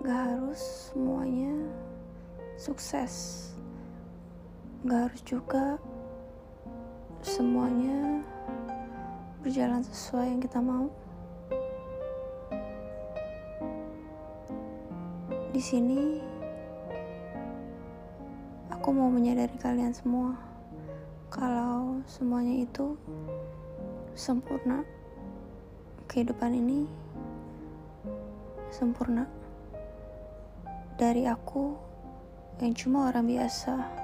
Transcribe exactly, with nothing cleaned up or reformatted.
Gak harus semuanya sukses, gak harus juga semuanya berjalan sesuai yang kita mau. Di sini aku mau menyadari kalian semua kalau semuanya itu sempurna. Kehidupan ini sempurna dari aku yang cuma orang biasa.